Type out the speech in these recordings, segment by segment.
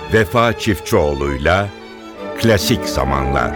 Vefa Çiftçioğlu'yla Klasik Zamanlar.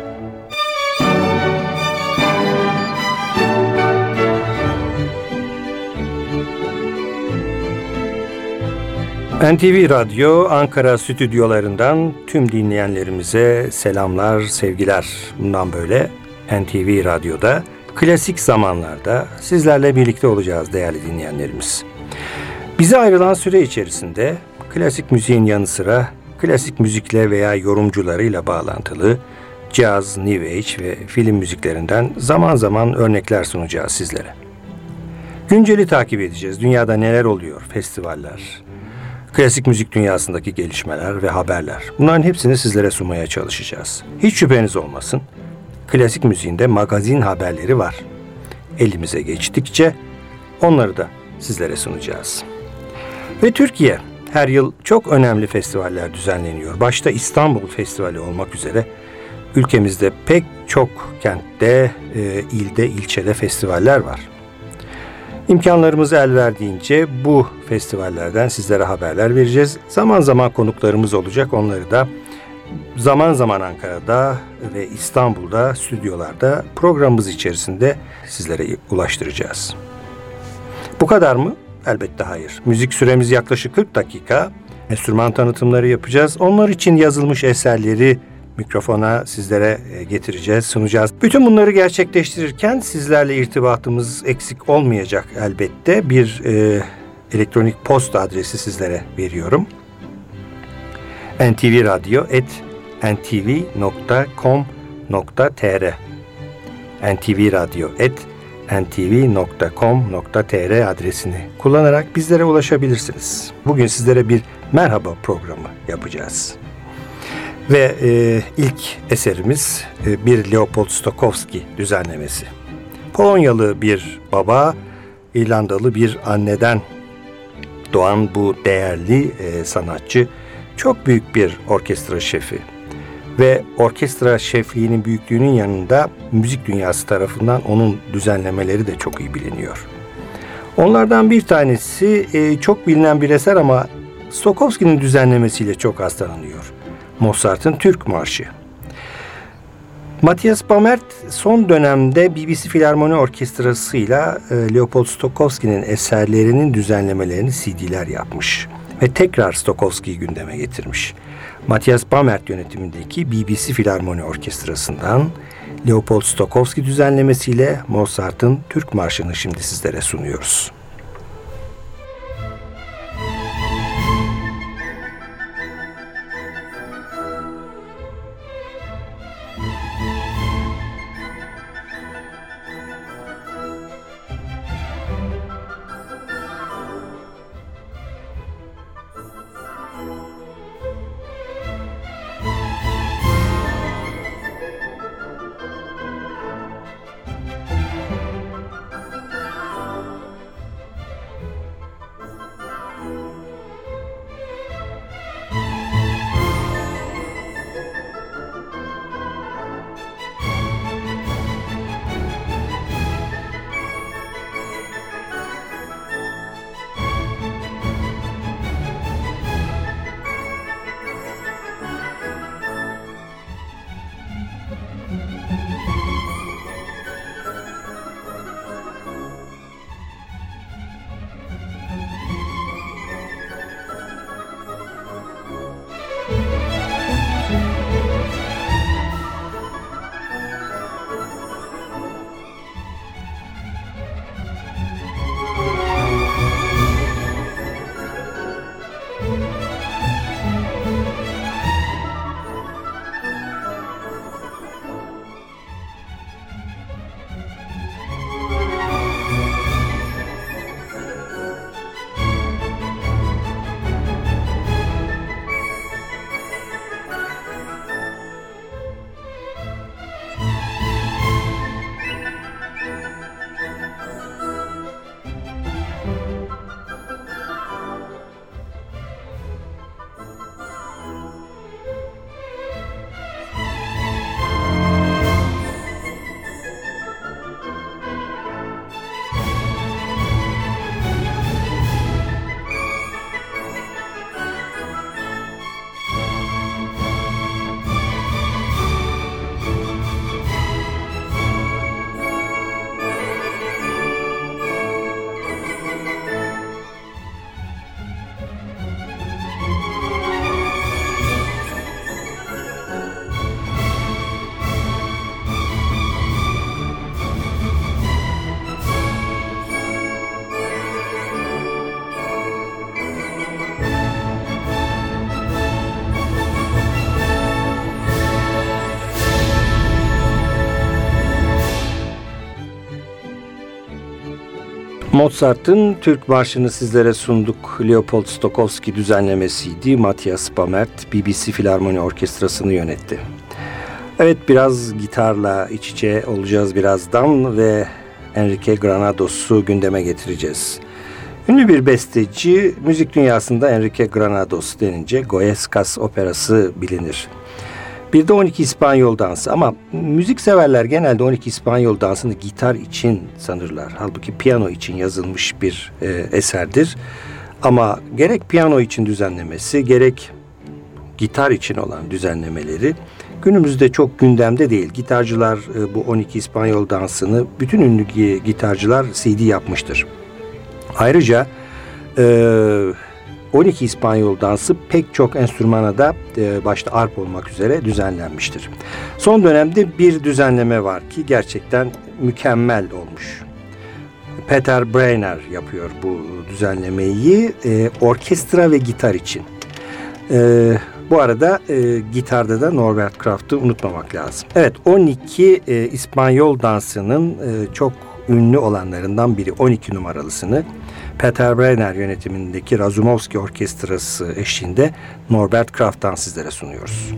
NTV Radyo Ankara stüdyolarından tüm dinleyenlerimize selamlar, sevgiler. Bundan böyle NTV Radyo'da Klasik Zamanlar'da sizlerle birlikte olacağız değerli dinleyenlerimiz. Bize ayrılan süre içerisinde klasik müziğin yanı sıra klasik müzikle veya yorumcularıyla bağlantılı caz, new age ve film müziklerinden zaman zaman örnekler sunacağız sizlere. Günceli takip edeceğiz. Dünyada neler oluyor? Festivaller, klasik müzik dünyasındaki gelişmeler ve haberler. Bunların hepsini sizlere sunmaya çalışacağız. Hiç şüpheniz olmasın. Klasik müziğinde magazin haberleri var. Elimize geçtikçe onları da sizlere sunacağız. Ve Türkiye her yıl çok önemli festivaller düzenleniyor. Başta İstanbul Festivali olmak üzere ülkemizde pek çok kentte, ilde, ilçede festivaller var. İmkanlarımız el verdiğince bu festivallerden sizlere haberler vereceğiz. Zaman zaman konuklarımız olacak. Onları da zaman zaman Ankara'da ve İstanbul'da, stüdyolarda programımız içerisinde sizlere ulaştıracağız. Bu kadar mı? Elbette hayır. Müzik süremiz yaklaşık 40 dakika. Enstrüman tanıtımları yapacağız. Onlar için yazılmış eserleri mikrofona sizlere getireceğiz, sunacağız. Bütün bunları gerçekleştirirken sizlerle irtibatımız eksik olmayacak elbette. Bir elektronik posta adresi sizlere veriyorum. ntvradio@ntv.com.tr ntvradio@ntv.com.tr adresini kullanarak bizlere ulaşabilirsiniz. Bugün sizlere bir merhaba programı yapacağız. Ve ilk eserimiz bir Leopold Stokowski düzenlemesi. Polonyalı bir baba, İrlandalı bir anneden doğan bu değerli sanatçı çok büyük bir orkestra şefi. Ve orkestra şefliğinin büyüklüğünün yanında müzik dünyası tarafından onun düzenlemeleri de çok iyi biliniyor. Onlardan bir tanesi çok bilinen bir eser ama Stokowski'nin düzenlemesiyle çok az tanınıyor. Mozart'ın Türk Marşı. Matthias Bammert son dönemde BBC Filarmoni Orkestrası'yla Leopold Stokowski'nin eserlerinin düzenlemelerini CD'ler yapmış ve tekrar Stokowski'yi gündeme getirmiş. Matthias Bammert yönetimindeki BBC Filarmoni Orkestrası'ndan Leopold Stokowski düzenlemesiyle Mozart'ın Türk Marşı'nı şimdi sizlere sunuyoruz. Mozart'ın Türk Marşı'nı sizlere sunduk. Leopold Stokowski düzenlemesiydi. Matthias Bamert BBC Filarmoni Orkestrası'nı yönetti. Evet, biraz gitarla iç içe olacağız birazdan ve Enrique Granados'u gündeme getireceğiz. Ünlü bir besteci, müzik dünyasında Enrique Granados denince Goyescas operası bilinir. Bir de 12 İspanyol dansı, ama müzik severler genelde 12 İspanyol dansını gitar için sanırlar. Halbuki piyano için yazılmış bir eserdir. Ama gerek piyano için düzenlemesi, gerek gitar için olan düzenlemeleri günümüzde çok gündemde değil. Gitarcılar bu 12 İspanyol dansını, bütün ünlü gitarcılar CD yapmıştır. Ayrıca 12 İspanyol dansı pek çok enstrümana da başta arp olmak üzere düzenlenmiştir. Son dönemde bir düzenleme var ki gerçekten mükemmel olmuş. Peter Breiner yapıyor bu düzenlemeyi orkestra ve gitar için. Bu arada gitarda da Norbert Kraft'ı unutmamak lazım. Evet, 12 İspanyol dansının çok ünlü olanlarından biri, 12 numaralısını Peter Breiner yönetimindeki Razumovski Orkestrası eşliğinde Norbert Kraft'tan sizlere sunuyoruz.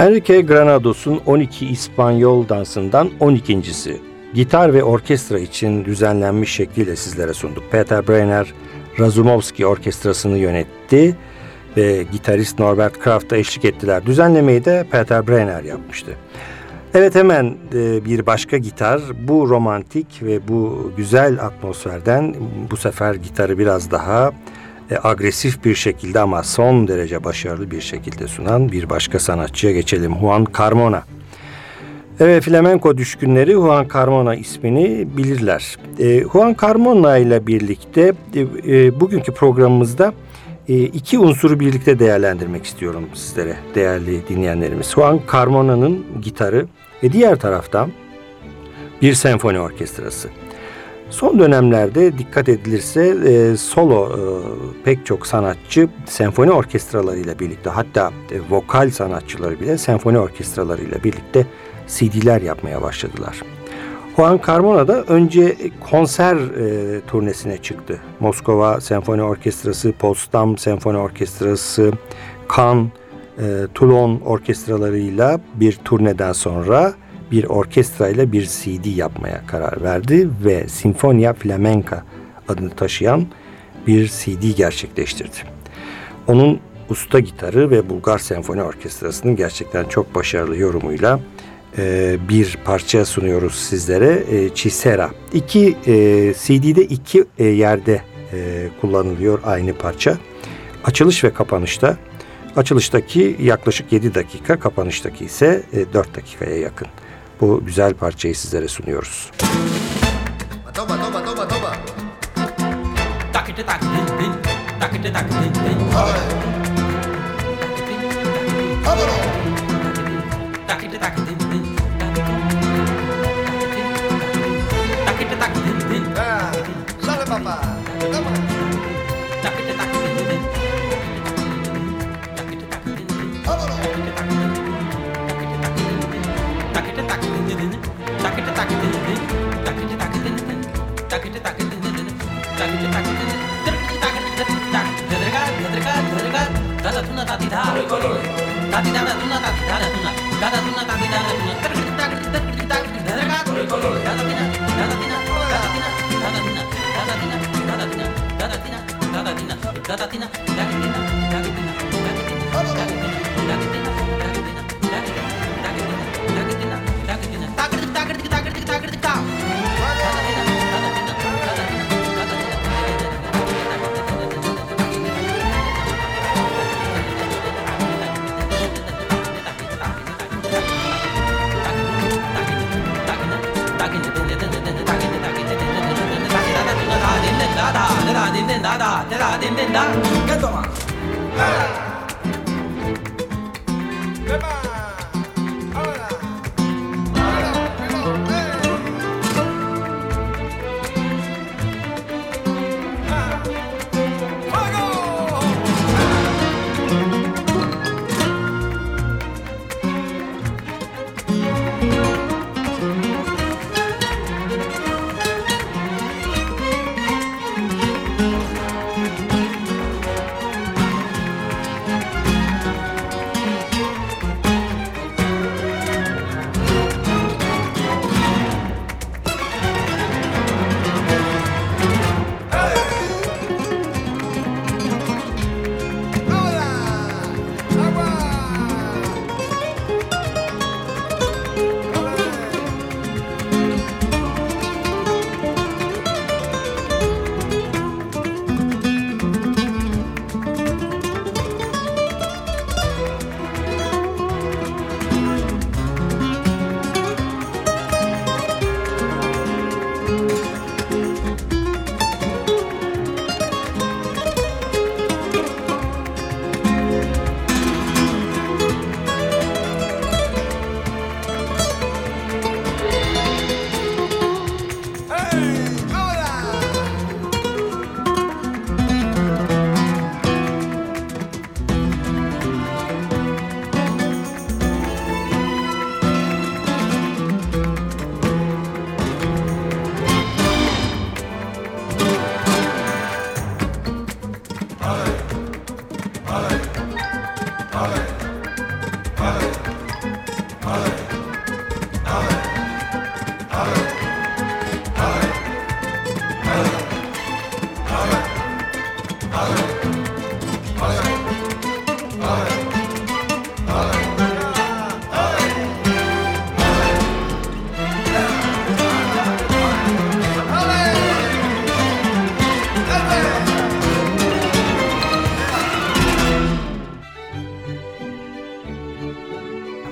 Enrique Granados'un 12 İspanyol dansından 12.'si. Gitar ve orkestra için düzenlenmiş şekliyle sizlere sunduk. Peter Brenner, Razumovsky orkestrasını yönetti ve gitarist Norbert Kraft'a eşlik ettiler. Düzenlemeyi de Peter Brenner yapmıştı. Evet, hemen bir başka gitar. Bu romantik ve bu güzel atmosferden bu sefer gitarı biraz daha agresif bir şekilde ama son derece başarılı bir şekilde sunan bir başka sanatçıya geçelim. Juan Carmona. Evet, flamenko düşkünleri Juan Carmona ismini bilirler. Juan Carmona ile birlikte bugünkü programımızda iki unsuru birlikte değerlendirmek istiyorum sizlere, değerli dinleyenlerimiz. Juan Carmona'nın gitarı ve diğer taraftan bir senfoni orkestrası. Son dönemlerde dikkat edilirse solo pek çok sanatçı senfoni orkestralarıyla birlikte, hatta vokal sanatçıları bile senfoni orkestralarıyla birlikte CD'ler yapmaya başladılar. Juan Carmona da önce konser turnesine çıktı. Moskova Senfoni Orkestrası, Potsdam Senfoni Orkestrası, Cannes, Toulon orkestralarıyla bir turneden sonra bir orkestrayla bir CD yapmaya karar verdi ve Sinfonia Flamenca adını taşıyan bir CD gerçekleştirdi. Onun usta gitarı ve Bulgar Senfoni Orkestrası'nın gerçekten çok başarılı yorumuyla bir parça sunuyoruz sizlere. Chisera. CD'de iki yerde kullanılıyor aynı parça. Açılış ve kapanışta. Açılıştaki yaklaşık 7 dakika, kapanıştaki ise 4 dakikaya yakın. Bu güzel parçayı sizlere sunuyoruz.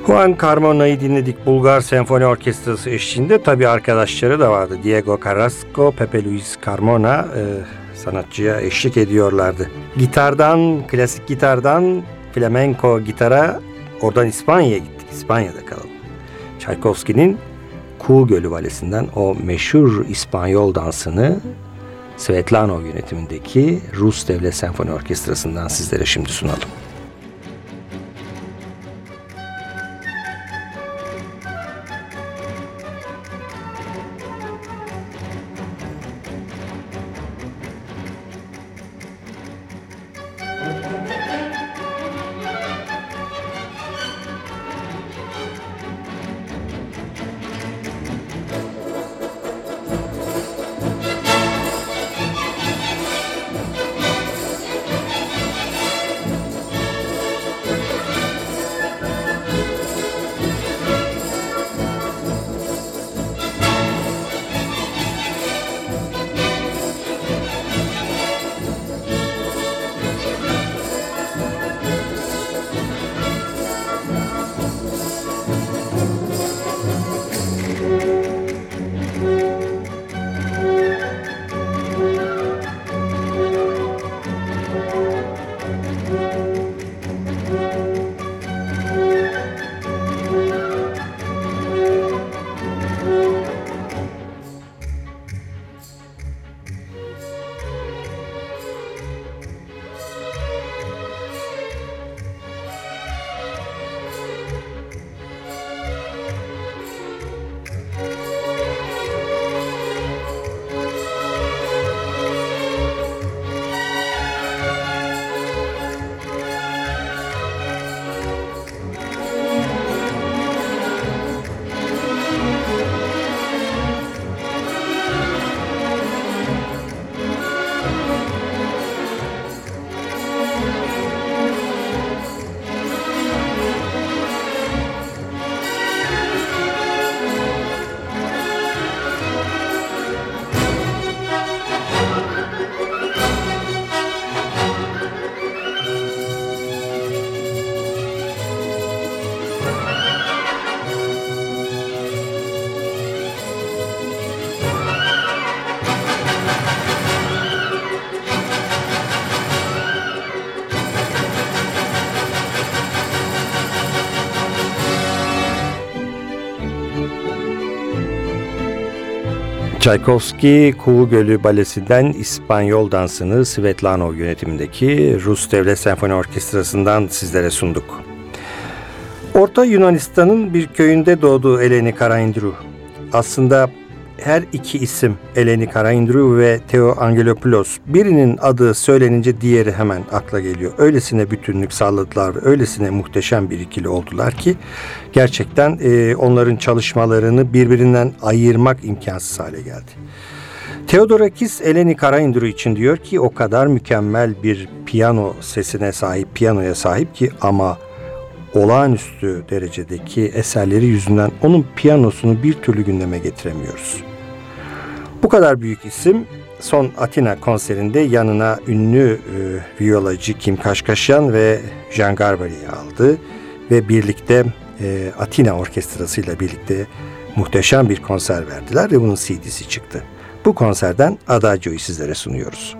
Juan Carmona'yı dinledik. Bulgar Senfoni Orkestrası eşliğinde, tabii arkadaşları da vardı. Diego Carrasco, Pepe Luis Carmona sanatçıya eşlik ediyorlardı. Gitardan, klasik gitardan flamenco gitara, oradan İspanya'ya gittik. İspanya'da kalalım. Tchaikovsky'nin Kuğu Gölü Balesi'nden o meşhur İspanyol dansını Svetlanov yönetimindeki Rus Devlet Senfoni Orkestrası'ndan sizlere şimdi sunalım. Tchaikovsky Kuğu Gölü Balesi'nden İspanyol dansını Svetlanov yönetimindeki Rus Devlet Senfoni Orkestrası'ndan sizlere sunduk. Orta Yunanistan'ın bir köyünde doğdu Eleni Karaindrou. Aslında her iki isim, Eleni Karaindrou ve Theo Angelopoulos, birinin adı söylenince diğeri hemen akla geliyor. Öylesine bütünlük sağladılar ve öylesine muhteşem bir ikili oldular ki gerçekten onların çalışmalarını birbirinden ayırmak imkansız hale geldi. Theodorakis Eleni Karaindrou için diyor ki o kadar mükemmel bir piyano sesine sahip, piyanoya sahip ki ama olağanüstü derecedeki eserleri yüzünden onun piyanosunu bir türlü gündeme getiremiyoruz. Bu kadar büyük isim son Atina konserinde yanına ünlü viyolacı Kim Kaşkaşyan ve Jean Garbari'yi aldı ve birlikte Atina Orkestrası ile birlikte muhteşem bir konser verdiler ve bunun CD'si çıktı. Bu konserden Adagio'yu sizlere sunuyoruz.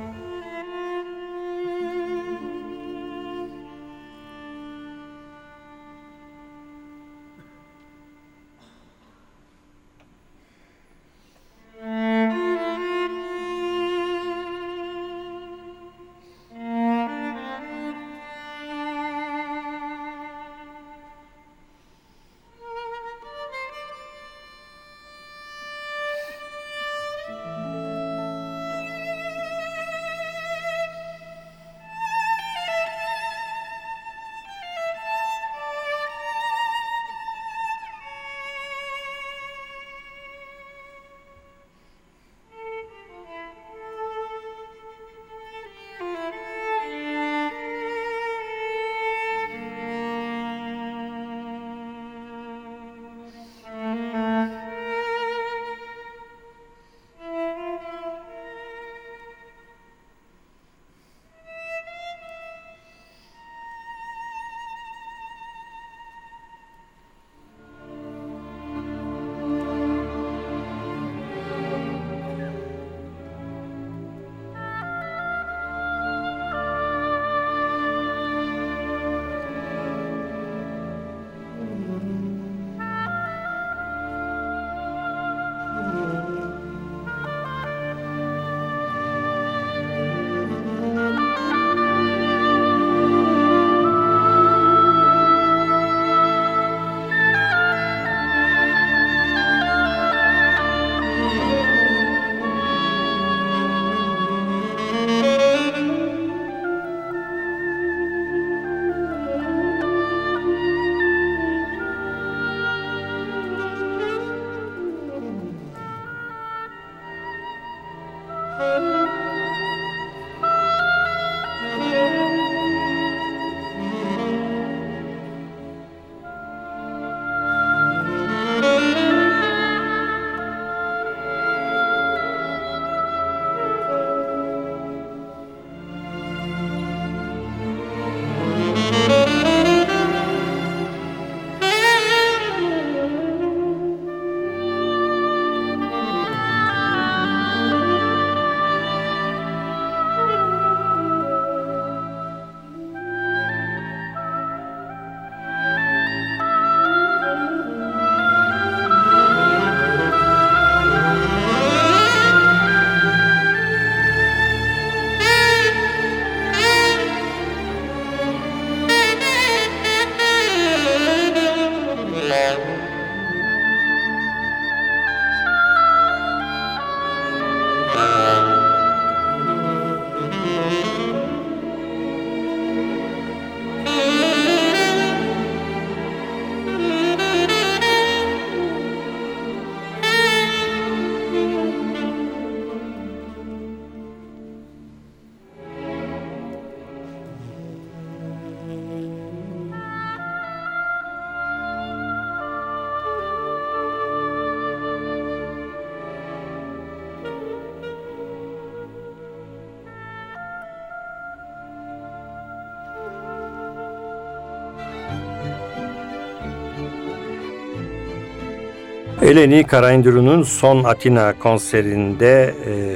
Eleni Karaindrou'nun son Atina konserinde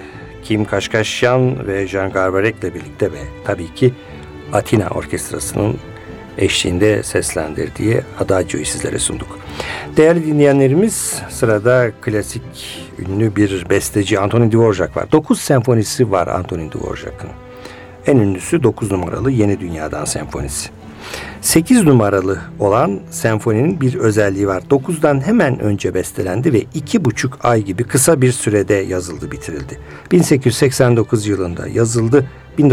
Kim Kaşkaşyan ve Jan Garbarek'le birlikte ve tabii ki Atina Orkestrası'nın eşliğinde seslendirdiği Adagio'yu sizlere sunduk. Değerli dinleyenlerimiz, sırada klasik ünlü bir besteci Antonin Dvorak var. 9 senfonisi var Antonin Dvorak'ın. En ünlüsü 9 numaralı Yeni Dünya'dan senfonisi. 8 numaralı olan senfoninin bir özelliği var. 9'dan hemen önce bestelendi ve 2,5 ay gibi kısa bir sürede yazıldı, bitirildi. 1889 yılında yazıldı,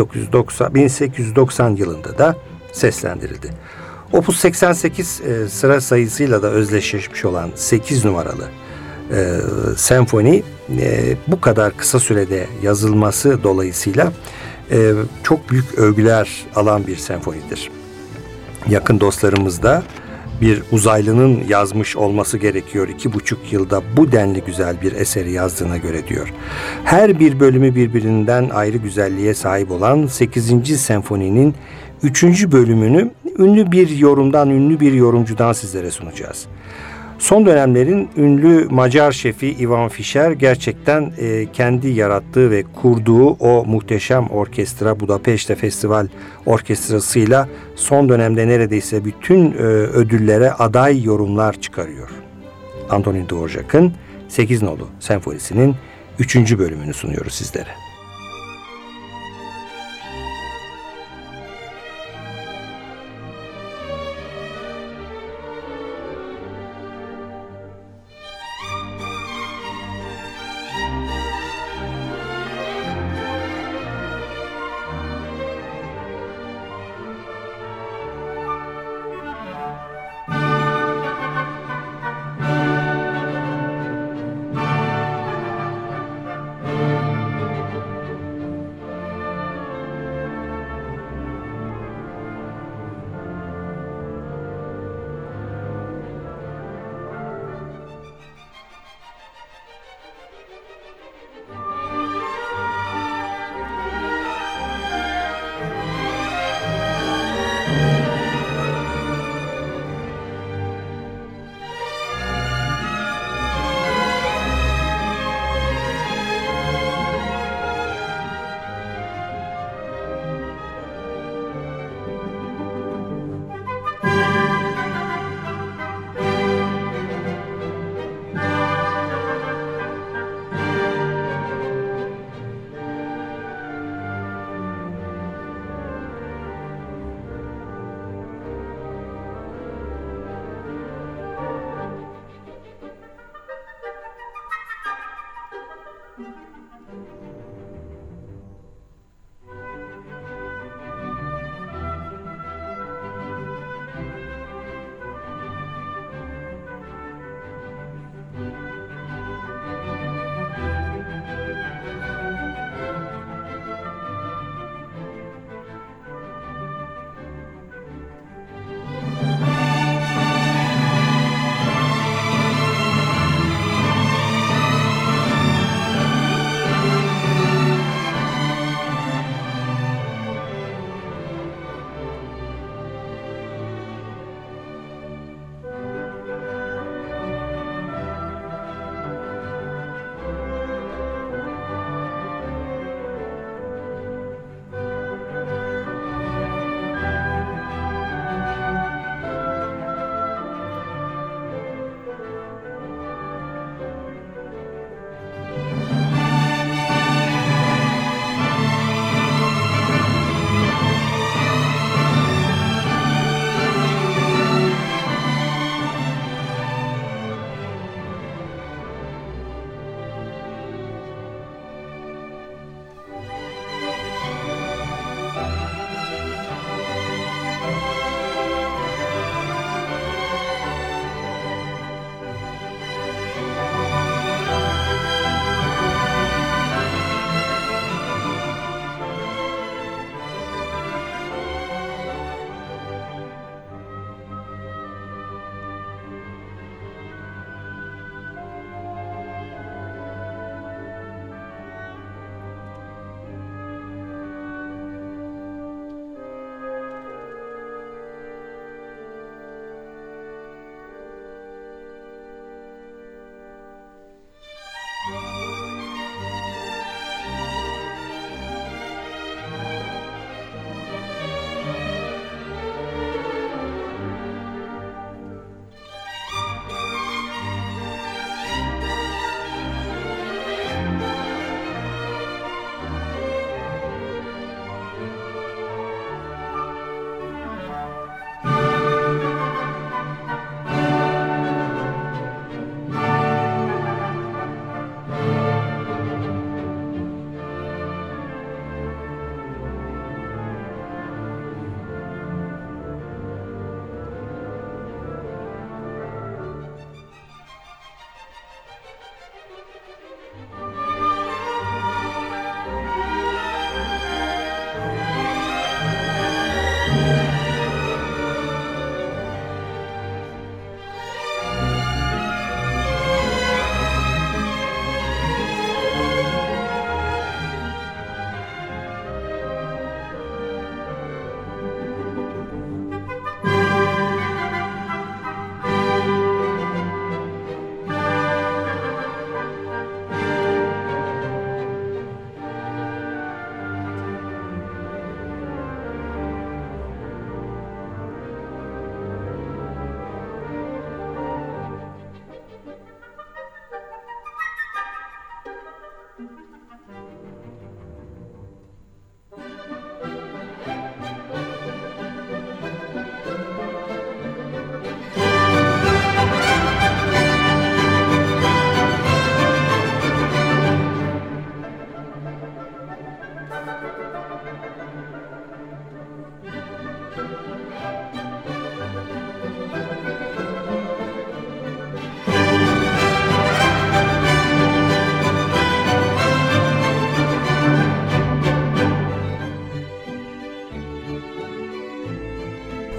1890 yılında da seslendirildi. Opus 88 sıra sayısıyla da özdeşleşmiş olan 8 numaralı senfoni bu kadar kısa sürede yazılması dolayısıyla çok büyük övgüler alan bir senfonidir. Yakın dostlarımız da bir uzaylının yazmış olması gerekiyor 2,5 yılda bu denli güzel bir eseri yazdığına göre diyor. Her bir bölümü birbirinden ayrı güzelliğe sahip olan 8. senfoninin 3. bölümünü ünlü bir yorumcudan sizlere sunacağız. Son dönemlerin ünlü Macar şefi Ivan Fischer gerçekten kendi yarattığı ve kurduğu o muhteşem orkestra Budapeşte Festival Orkestrası'yla son dönemde neredeyse bütün ödüllere aday yorumlar çıkarıyor. Antonin Dvorak'ın 8 nolu senfonisinin 3. bölümünü sunuyoruz sizlere.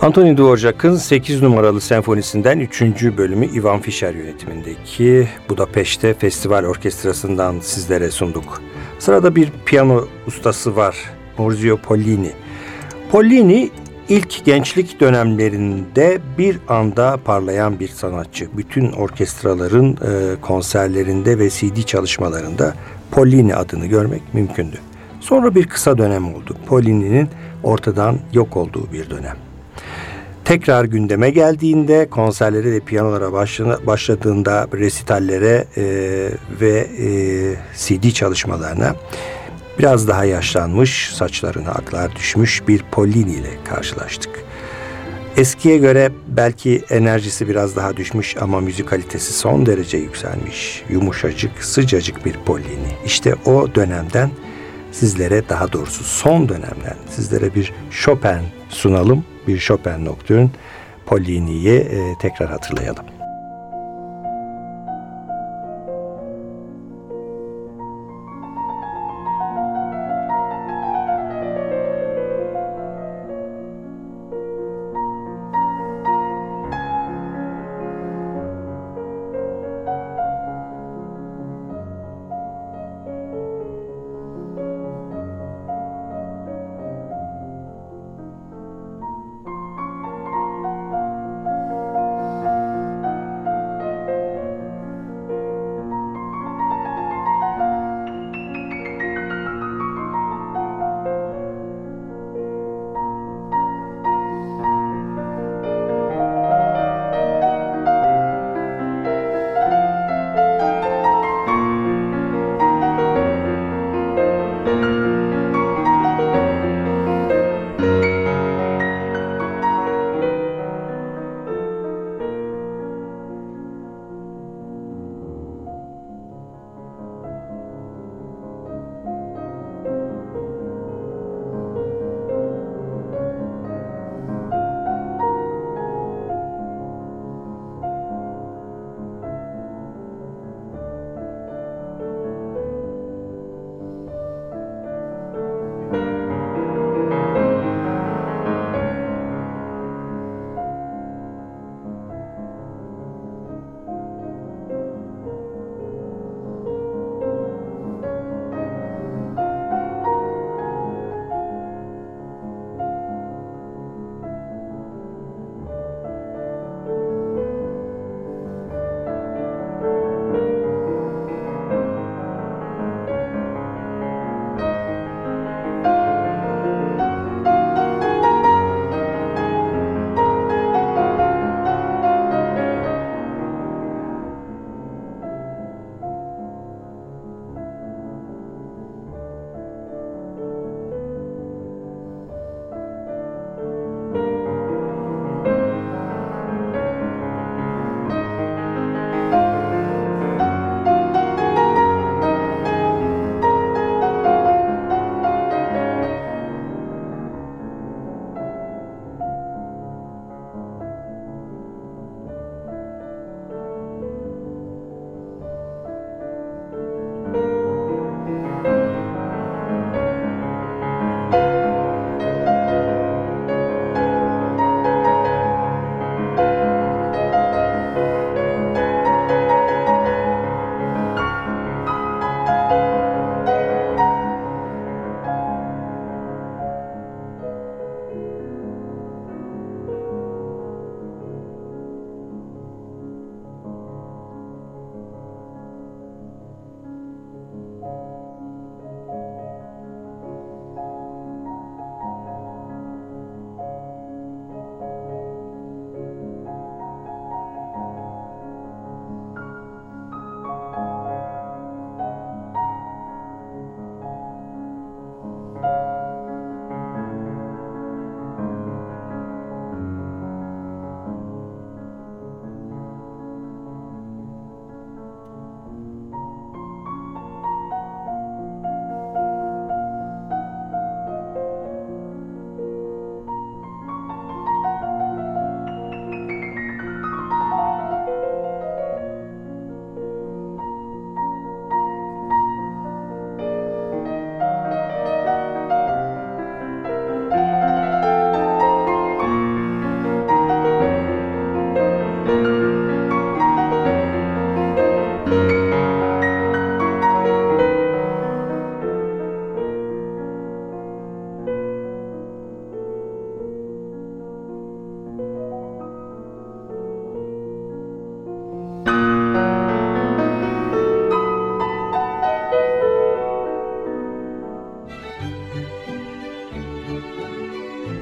Antonin Dvorak'ın 8 numaralı senfonisinden 3. bölümü Ivan Fischer yönetimindeki Budapeşte Festival Orkestrası'ndan sizlere sunduk. Sırada bir piyano ustası var, Maurizio Pollini. Pollini ilk gençlik dönemlerinde bir anda parlayan bir sanatçı. Bütün orkestraların konserlerinde ve CD çalışmalarında Pollini adını görmek mümkündü. Sonra bir kısa dönem oldu. Pollini'nin ortadan yok olduğu bir dönem. Tekrar gündeme geldiğinde, konserlere ve piyanolara başladığında, resitallere ve CD çalışmalarına biraz daha yaşlanmış, saçlarına aklar düşmüş bir Pollini ile karşılaştık. Eskiye göre belki enerjisi biraz daha düşmüş ama müzikalitesi son derece yükselmiş, yumuşacık, sıcacık bir Pollini. İşte o dönemden sizlere, daha doğrusu son dönemden sizlere bir Chopin sunalım. Bir Chopin Nocturne, Pollini'yi tekrar hatırlayalım.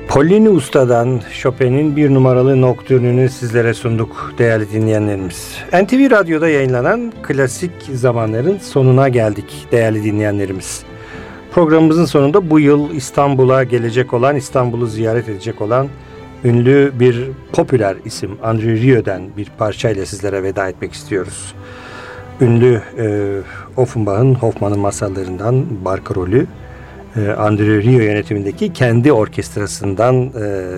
Pollini Usta'dan Chopin'in bir numaralı noktürnünü sizlere sunduk değerli dinleyenlerimiz. NTV Radyo'da yayınlanan Klasik Zamanların sonuna geldik değerli dinleyenlerimiz. Programımızın sonunda bu yıl İstanbul'a gelecek olan, İstanbul'u ziyaret edecek olan ünlü bir popüler isim André Rieu'den bir parçayla sizlere veda etmek istiyoruz. Ünlü Offenbach'ın Hoffmann'ın masallarından Barkarol'ü André Rieu yönetimindeki kendi orkestrasından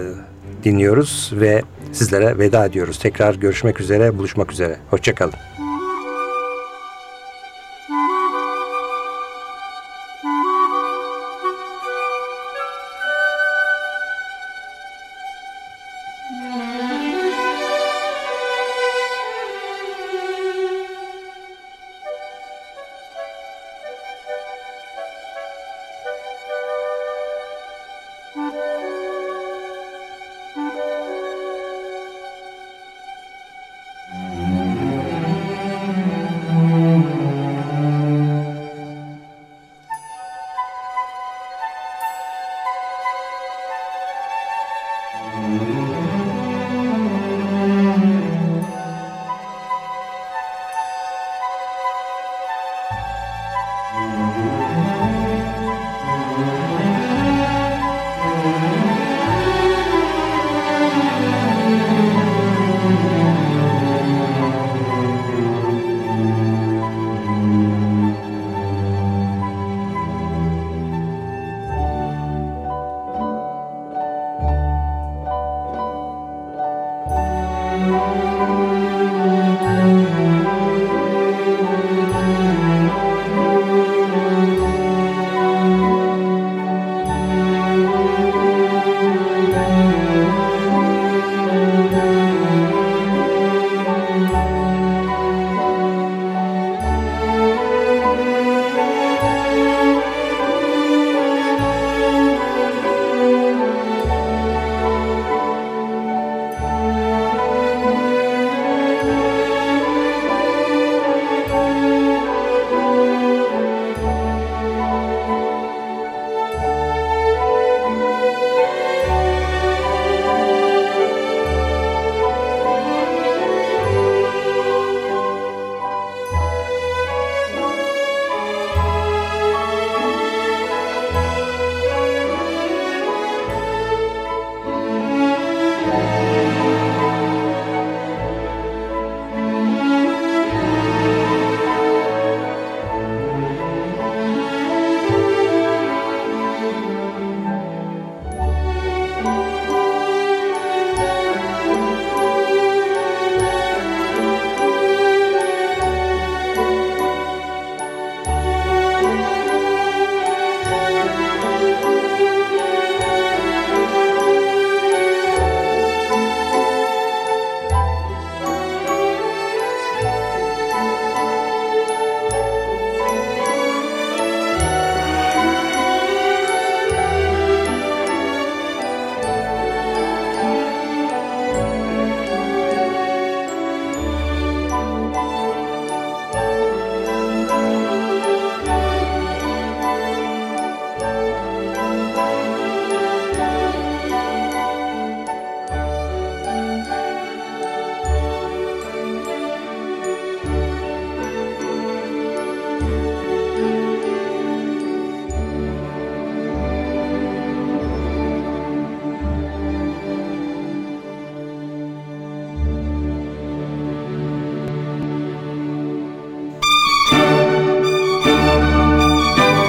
dinliyoruz ve sizlere veda ediyoruz. Tekrar görüşmek üzere, buluşmak üzere. Hoşçakalın.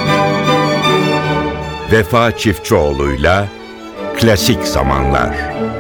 Vefa Çiftçioğlu'yla Klasik Zamanlar.